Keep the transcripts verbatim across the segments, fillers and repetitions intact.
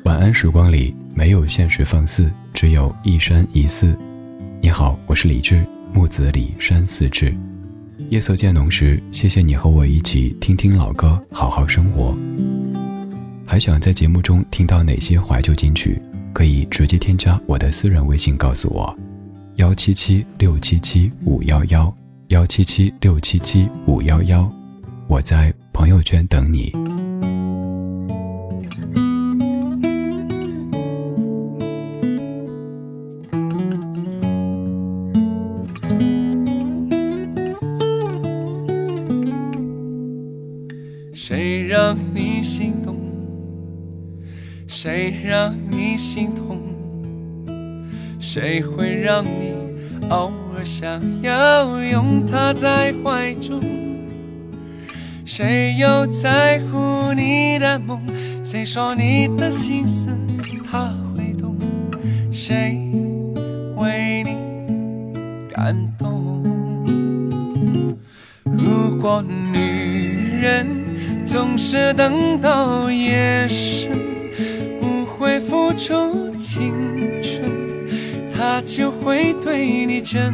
晚安时光里没有现实放肆，只有一山一寺。你好，我是李志，木子李山寺志。夜色渐浓时，谢谢你和我一起听听老歌，好好生活。还想在节目中听到哪些怀旧金曲，可以直接添加我的私人微信告诉我，幺七七六七七五幺幺，幺七七六七七五幺幺，我在朋友圈等你。 谁让你心动？谁让你心痛？谁会让你偶尔想要拥他在怀中？谁又在乎你的梦？谁说你的心思他会懂？谁为你感动？如果女人总是等到夜深，不会付出青春，他就会对你真、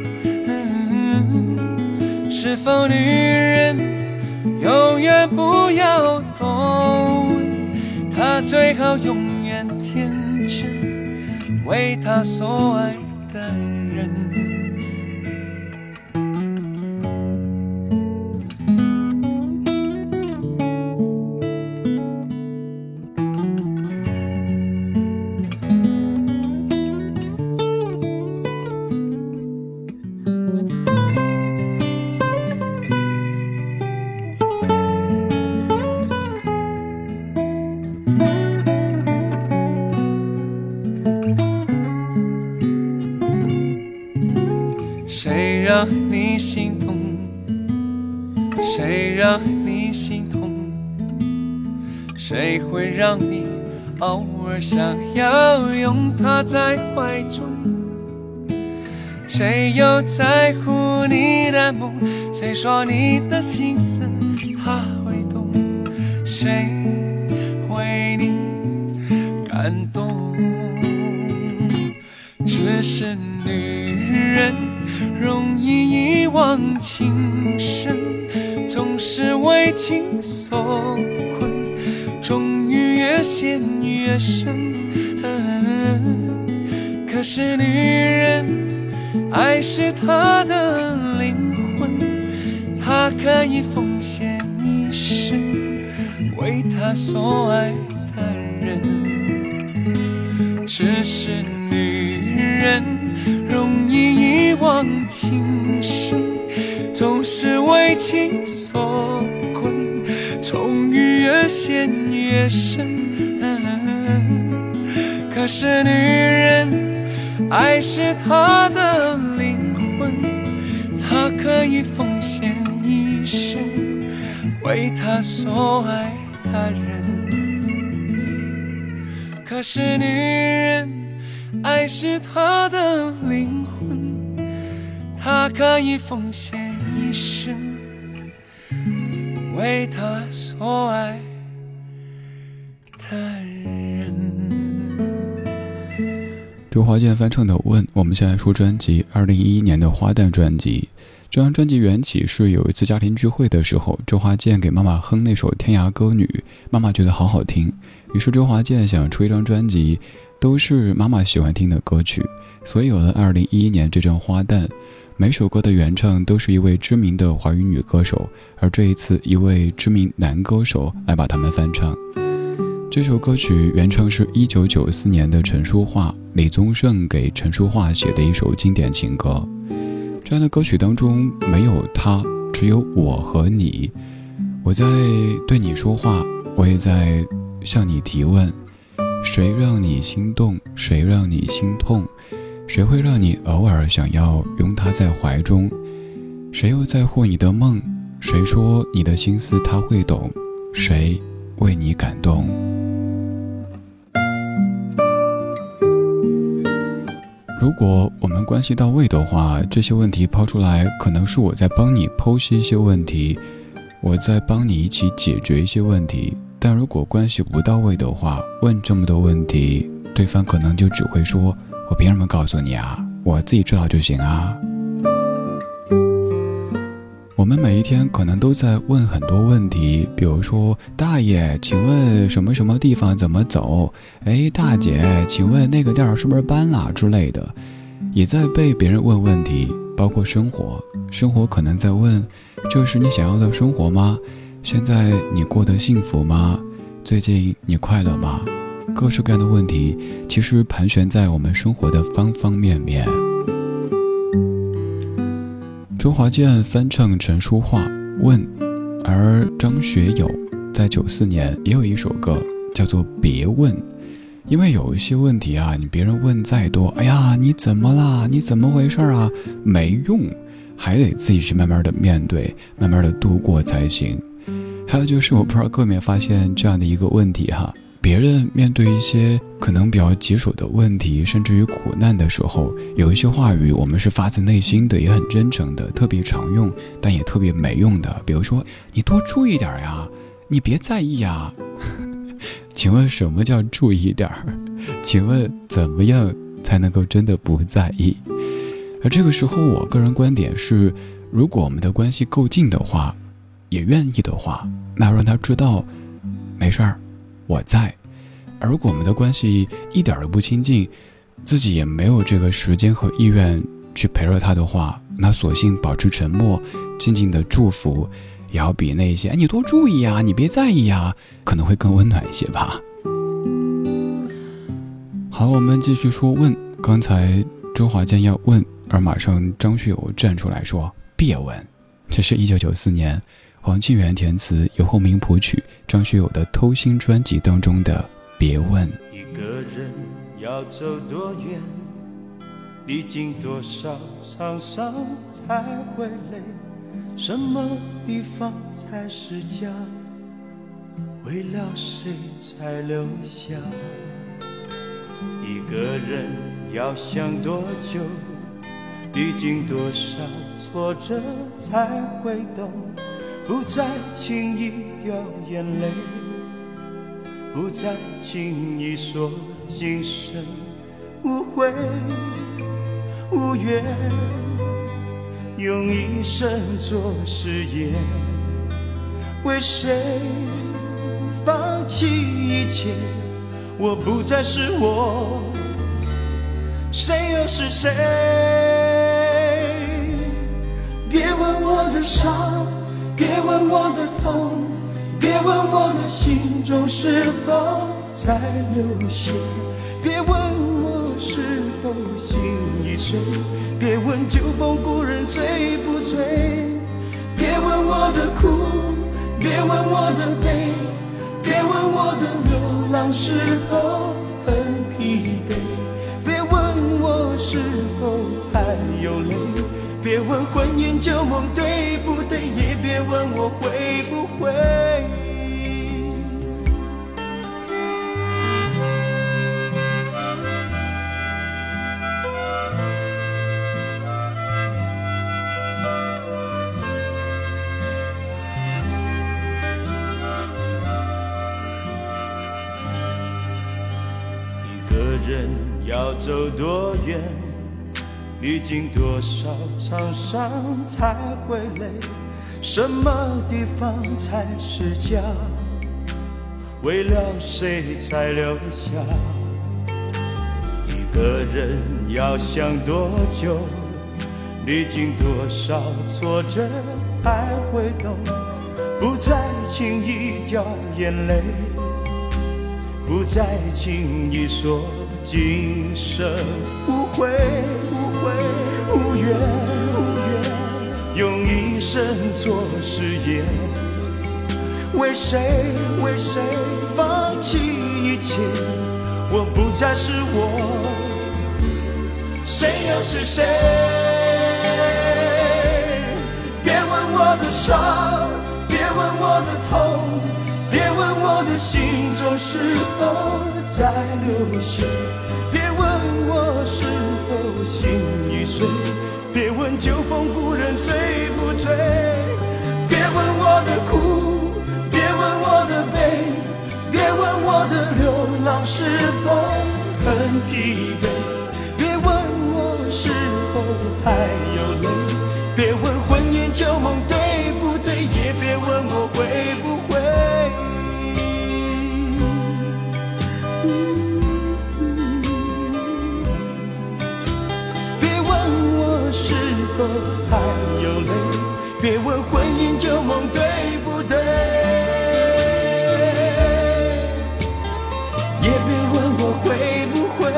嗯、是否女人永远不要多问，他最好永远天真，为他所爱的人。谁让你心动？谁让你心痛？谁会让你偶尔想要拥他在怀中？谁又在乎你的梦？谁说你的心思他会懂？谁为你感动？只是女人容易遗忘情深，总是为情所困，终于越陷越深、嗯、可是女人爱是她的灵魂，她可以奉献一生为她所爱的人。只是女人容易遗忘情深，总是为情所困，终于越陷越深、嗯、可是女人爱是她的灵魂，她可以奉献一生为她所爱的人。可是女人爱是她的灵魂，她可以奉献一生为她所爱的人。 周华健翻唱的《问》，我们先来说专辑，二零一一年的花旦专辑。这张专辑缘起是有一次家庭聚会的时候，周华健给妈妈哼那首《天涯歌女》，妈妈觉得好好听，于是周华健想出一张专辑，都是妈妈喜欢听的歌曲，所以有了二零一一年这张花旦。每首歌的原唱都是一位知名的华语女歌手，而这一次一位知名男歌手来把他们翻唱。这首歌曲原唱是一九九四年的陈淑桦，李宗盛给陈淑桦写的一首经典情歌。这样的歌曲当中没有他，只有我和你。我在对你说话，我也在向你提问，谁让你心动，谁让你心痛，谁会让你偶尔想要拥他在怀中？谁又在乎你的梦？谁说你的心思他会懂？谁为你感动？如果我们关系到位的话，这些问题抛出来，可能是我在帮你剖析一些问题，我在帮你一起解决一些问题， 但如果关系不到位的话，问这么多问题，对方可能就只会说，我凭什么告诉你啊，我自己知道就行啊。我们每一天可能都在问很多问题，比如说，大爷请问什么什么地方怎么走，哎，大姐请问那个店儿是不是搬了之类的，也在被别人问问题。包括生活，生活可能在问，这是你想要的生活吗？现在你过得幸福吗？最近你快乐吗？各式各样的问题其实盘旋在我们生活的方方面面。周华健翻唱陈淑桦《问》，而张学友在九四年也有一首歌叫做《别问》。因为有一些问题啊，你别人问再多，哎呀，你怎么啦？你怎么回事啊？没用，还得自己去慢慢的面对，慢慢的度过才行。还有就是，我不知道各位有没有发现这样的一个问题哈，别人面对一些可能比较棘手的问题，甚至于苦难的时候，有一些话语我们是发自内心的，也很真诚的，特别常用，但也特别没用的。比如说，你多注意点呀，你别在意呀。请问什么叫注意点儿？请问怎么样才能够真的不在意？而这个时候我个人观点是，如果我们的关系够近的话，也愿意的话，那让他知道没事儿，我在。而如果我们的关系一点都不亲近，自己也没有这个时间和意愿去陪着他的话，那索性保持沉默，静静的祝福，也要比那些哎你多注意啊，你别在意啊，可能会更温暖一些吧。好，我们继续说问。刚才周华健要问，而马上张学友站出来说别问。这是一九九四年黄庆元填词，由洪明谱曲，张学友的《偷心》专辑当中的别问。 一个人要走多远，历经多少沧桑才会累，什么地方才是家，为了谁才留下。一个人要想多久，历经多少挫折才会懂，不再轻易掉眼泪，不再轻易说今生无悔无怨，用一生做誓言，为谁放弃一切，我不再是我，谁又是谁？别问我的伤，别问我的痛，别问我的心中是否在流血，别问我是否心已碎，别问酒逢故人醉不醉，别问我的苦，别问我的悲，别问我的流浪是否很疲惫，别问我是否还有泪，别问婚姻旧梦对不对，也别问我会不会。人要走多远，历经多少沧桑才会累，什么地方才是家，为了谁才留下。一个人要想多久，历经多少挫折才会懂，不再轻易掉眼泪，不再轻易说今生无悔无悔无怨无怨，用一生做誓言，为谁为谁放弃一切，我不再是我，谁又是谁？别问我的伤，别问我的痛，别问我的心中是否在流血，别问我是否心已碎，别问酒逢故人醉不醉，别问我的苦，别问我的悲， 我的流浪是否很疲惫，别问我是否还有泪，别问婚姻旧梦对不对，也别问我会不会。别问我是否还有泪，别问婚姻旧梦对不对，也别问我会不会。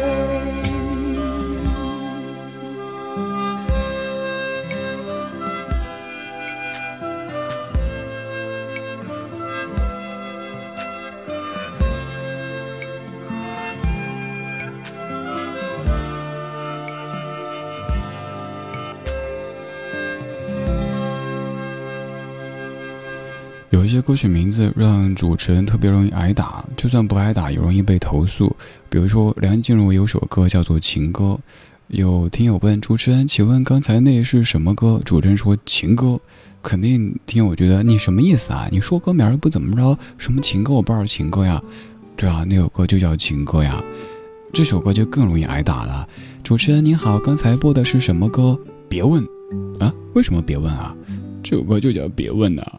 有一些歌曲名字让主持人特别容易挨打，就算不挨打也容易被投诉。比如说梁静茹有首歌叫做《情歌》，有听友问主持人，请问刚才那是什么歌？主持人说情歌。肯定听友觉得你什么意思啊？你说歌名不怎么着，什么情歌我不知道情歌呀？对啊，那首歌就叫情歌呀。这首歌就更容易挨打了。主持人您好，刚才播的是什么歌？别问啊，为什么别问啊？这首歌就叫别问啊。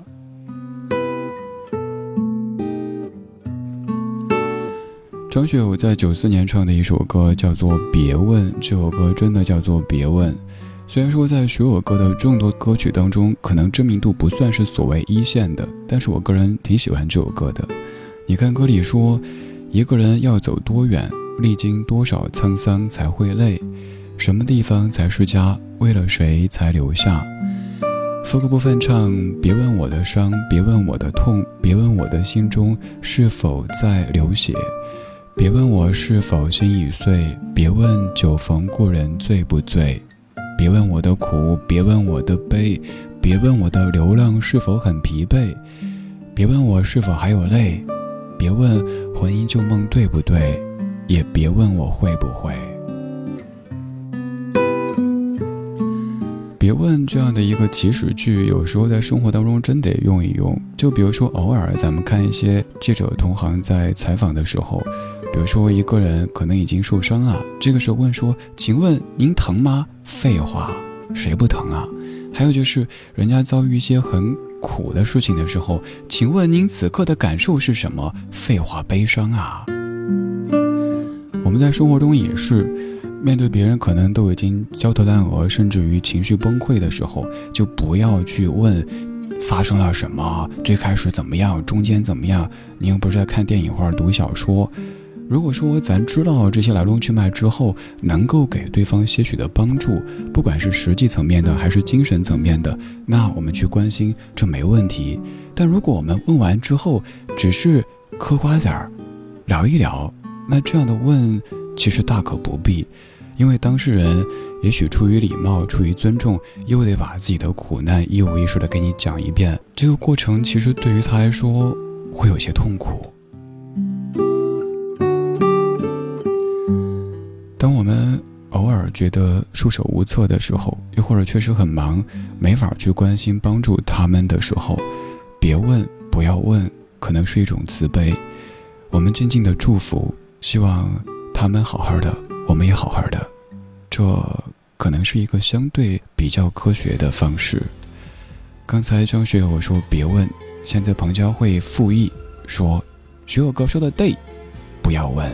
张学友在九四年唱的一首歌叫做《别问》，这首歌真的叫做《别问》。虽然说在学友歌的众多歌曲当中，可能知名度不算是所谓一线的，但是我个人挺喜欢这首歌的。你看歌里说，一个人要走多远，历经多少沧桑才会累，什么地方才是家，为了谁才留下。副歌部分唱，别问我的伤，别问我的痛，别问我的心中是否在流血，别问我是否心已碎，别问酒逢故人醉不醉，别问我的苦，别问我的悲，别问我的流浪是否很疲惫，别问我是否还有泪，别问婚姻旧梦对不对，也别问我会不会。别问这样的一个祈使句，有时候在生活当中真得用一用。就比如说偶尔咱们看一些记者同行在采访的时候，比如说一个人可能已经受伤了，这个时候问说，请问您疼吗？废话，谁不疼啊？还有就是人家遭遇一些很苦的事情的时候，请问您此刻的感受是什么？废话，悲伤啊。我们在生活中也是面对别人可能都已经焦头烂额，甚至于情绪崩溃的时候，就不要去问发生了什么，最开始怎么样，中间怎么样。你又不是在看电影或者读小说。如果说咱知道这些来龙去脉之后，能够给对方些许的帮助，不管是实际层面的还是精神层面的，那我们去关心这没问题。但如果我们问完之后只是嗑瓜子儿聊一聊，那这样的问其实大可不必。因为当事人也许出于礼貌，出于尊重，又得把自己的苦难一五一十的给你讲一遍，这个过程其实对于他来说会有些痛苦。当我们偶尔觉得束手无策的时候，又或者确实很忙，没法去关心帮助他们的时候，别问，不要问，可能是一种慈悲。我们静静的祝福，希望他们好好的，我们也好好的，这可能是一个相对比较科学的方式。刚才张学友说别问，现在彭佳慧附议说学友哥说的对，不要问。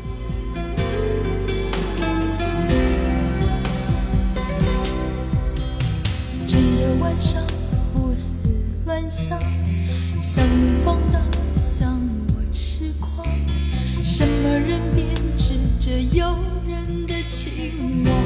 整个晚上胡思乱想，想你放荡，想我痴狂，什么人编织着诱人的情网，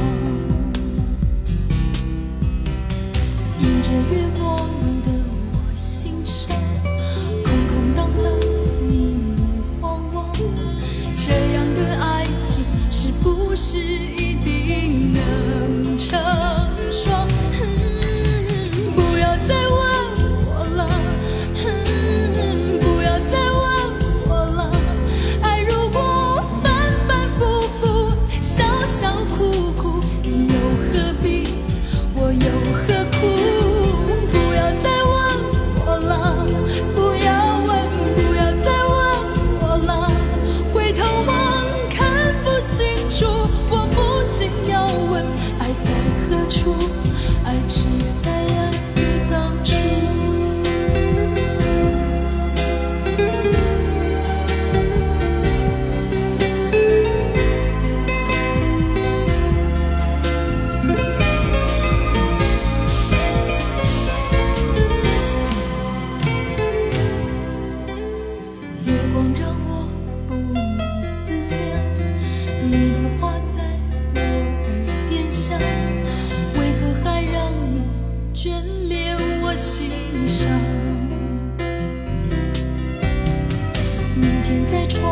迎着月光的我心上，空空荡荡，迷迷惘惘，这样的爱情是不是一定能成双？不要再问我了，不要再问我了，爱如果反反复复，笑笑哭哭，你又何必，我又何苦？不要再问我了，不要问，不要再问我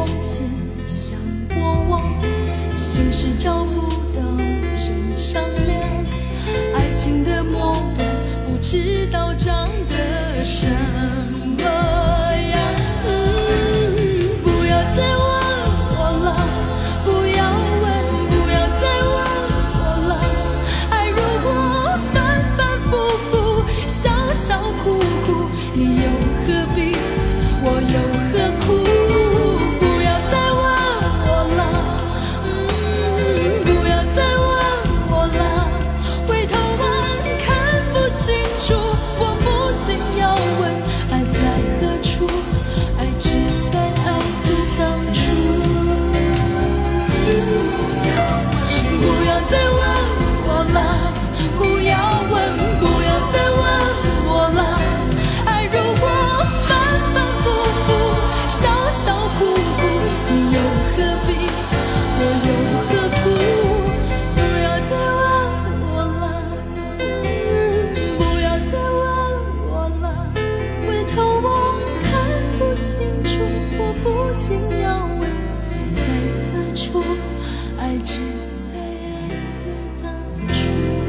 往前想过往，心事找不到人商量，爱情的末端不知道长得什么样。嗯，不要再问我了，不要问，不要再问我了。爱如果反反复复，笑笑哭哭，你又何必，我又何苦？不要再问我了，嗯，不要再问我了。回头望看不清楚，我不禁要问，爱在何处？爱只在爱的当初。不要再问我了，不要问，不要再问我了。爱如果反反复复，笑笑哭哭，你又何必，我又何苦？不要再问我了，嗯，不要再问我了。回头望看不清楚，我不禁要问，爱在何处？爱只在爱的当初。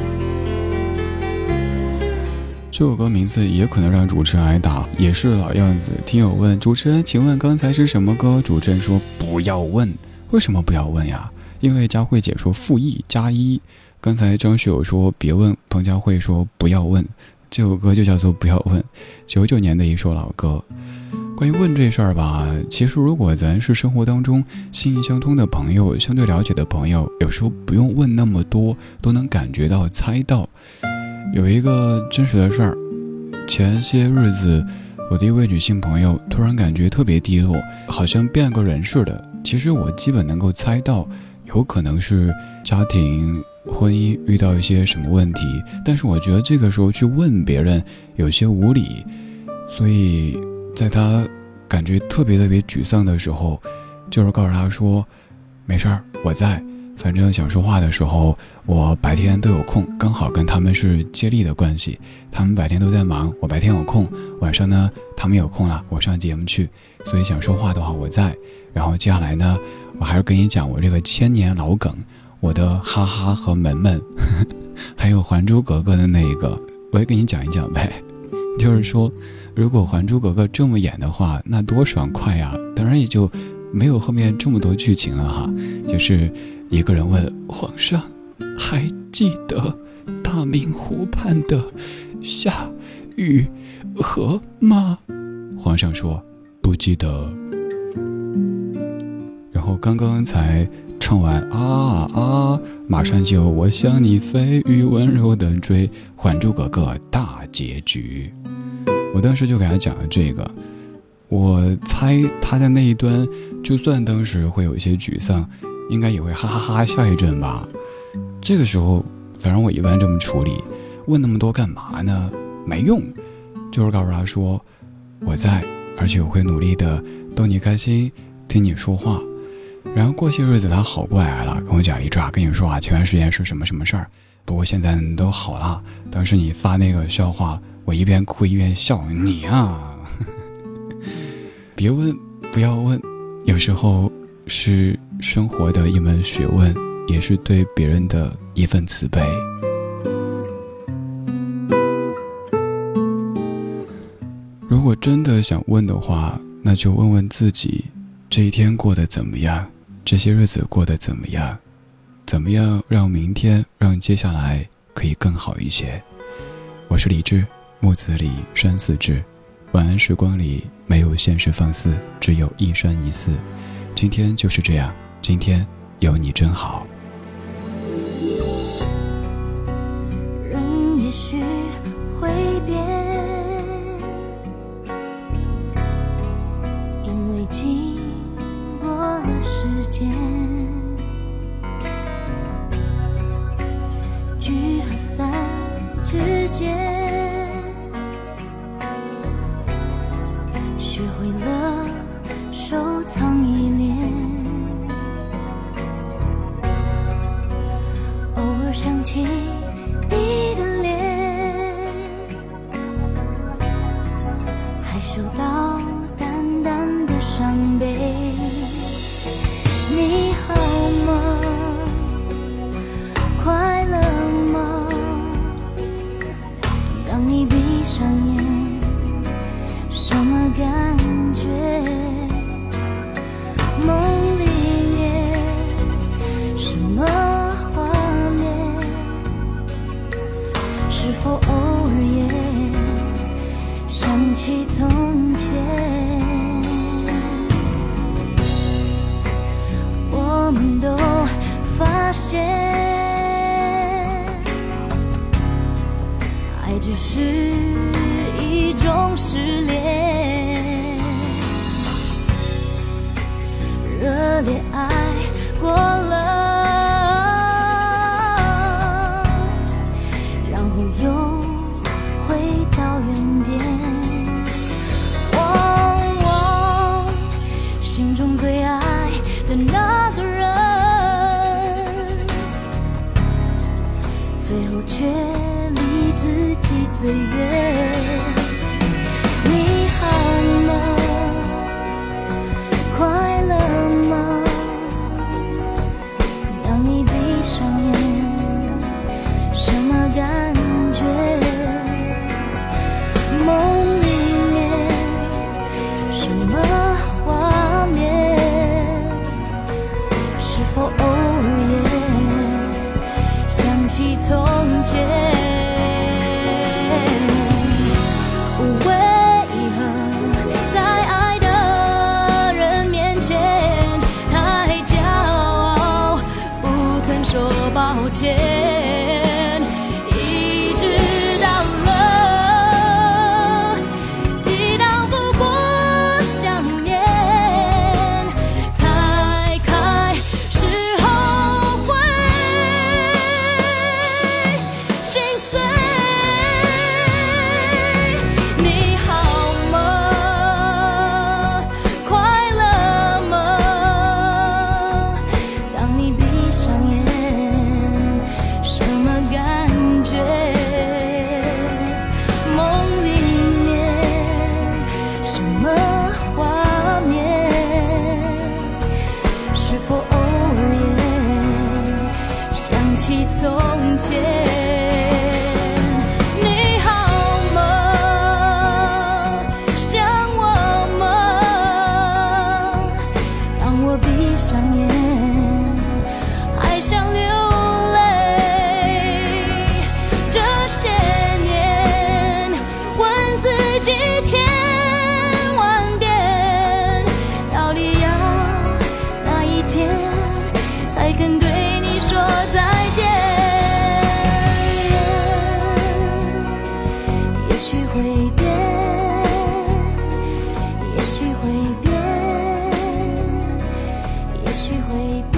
这首歌名字也可能让主持人挨打，也是老样子。听友问主持人，请问刚才是什么歌？主持人说不要问。为什么不要问呀？因为佳慧姐说负一加一。刚才张学友说别问，彭佳慧说不要问。这首歌就叫做不要问，九九年的一首老歌。关于问这事儿吧，其实如果咱是生活当中心意相通的朋友，相对了解的朋友，有时候不用问那么多，都能感觉到猜到。有一个真实的事儿，前些日子我的一位女性朋友突然感觉特别低落，好像变个人似的。其实我基本能够猜到，有可能是家庭婚姻遇到一些什么问题，但是我觉得这个时候去问别人有些无理，所以在她感觉特别特别沮丧的时候，就是告诉她说没事儿，我在，反正想说话的时候我白天都有空，刚好跟他们是接力的关系，他们白天都在忙，我白天有空，晚上呢他们有空了，我上节目去，所以想说话的话我在。然后接下来呢，我还是跟你讲我这个千年老梗，我的哈哈和门门呵呵，还有还珠格格的那一个，我也给你讲一讲呗。就是说如果还珠格格这么演的话，那多爽快呀，当然也就没有后面这么多剧情了哈。就是一个人问皇上，还记得大明湖畔的夏雨荷吗？皇上说不记得。然后刚刚才唱完啊啊，马上就我向你飞，雨温柔的追，还珠格格大结局。我当时就给他讲了这个，我猜他在那一端就算当时会有一些沮丧，应该也会哈哈哈笑一阵吧。这个时候反正我一般这么处理，问那么多干嘛呢？没用，就是告诉他说我在，而且我会努力的逗你开心，听你说话。然后过些日子他好过来了，跟我讲了一句，跟你说啊，前段时间是什么什么事儿，不过现在都好了。当时你发那个笑话，我一边哭一边笑，你啊别问，不要问，有时候是生活的一门学问，也是对别人的一份慈悲。如果真的想问的话，那就问问自己，这一天过得怎么样？这些日子过得怎么样？怎么样让明天，让接下来可以更好一些？我是李志，木子李，山寺志。晚安时光里没有现实放肆，只有一山一寺。今天就是这样，今天有你真好。 人也许会变，因为经过了时间，聚和散之间，学会了收藏依恋，偶尔想起你的脸，还嗅到淡淡的伤悲。 你好吗？快乐吗？当你闭上眼，什么感觉？梦里面什么画面？是否偶尔也想起从前？我们都发现，爱只是一种失恋，热烈爱过了，然后又回到原点。往往心中最爱的那个人，最后却离自己最远。你好吗？快乐吗？当你闭上眼，什么感觉？梦里面什么画面？是否偶尔也想起从前？抱歉，一直到了抵挡不过想念，才开始后悔心碎。你好吗？快乐吗？当你闭上眼，从前，你好吗？想我吗？当我闭上眼，还想流泪。这些年，问自己千万遍，到底要哪一天才肯对你说再见？也许会变，也许会变，也许会变。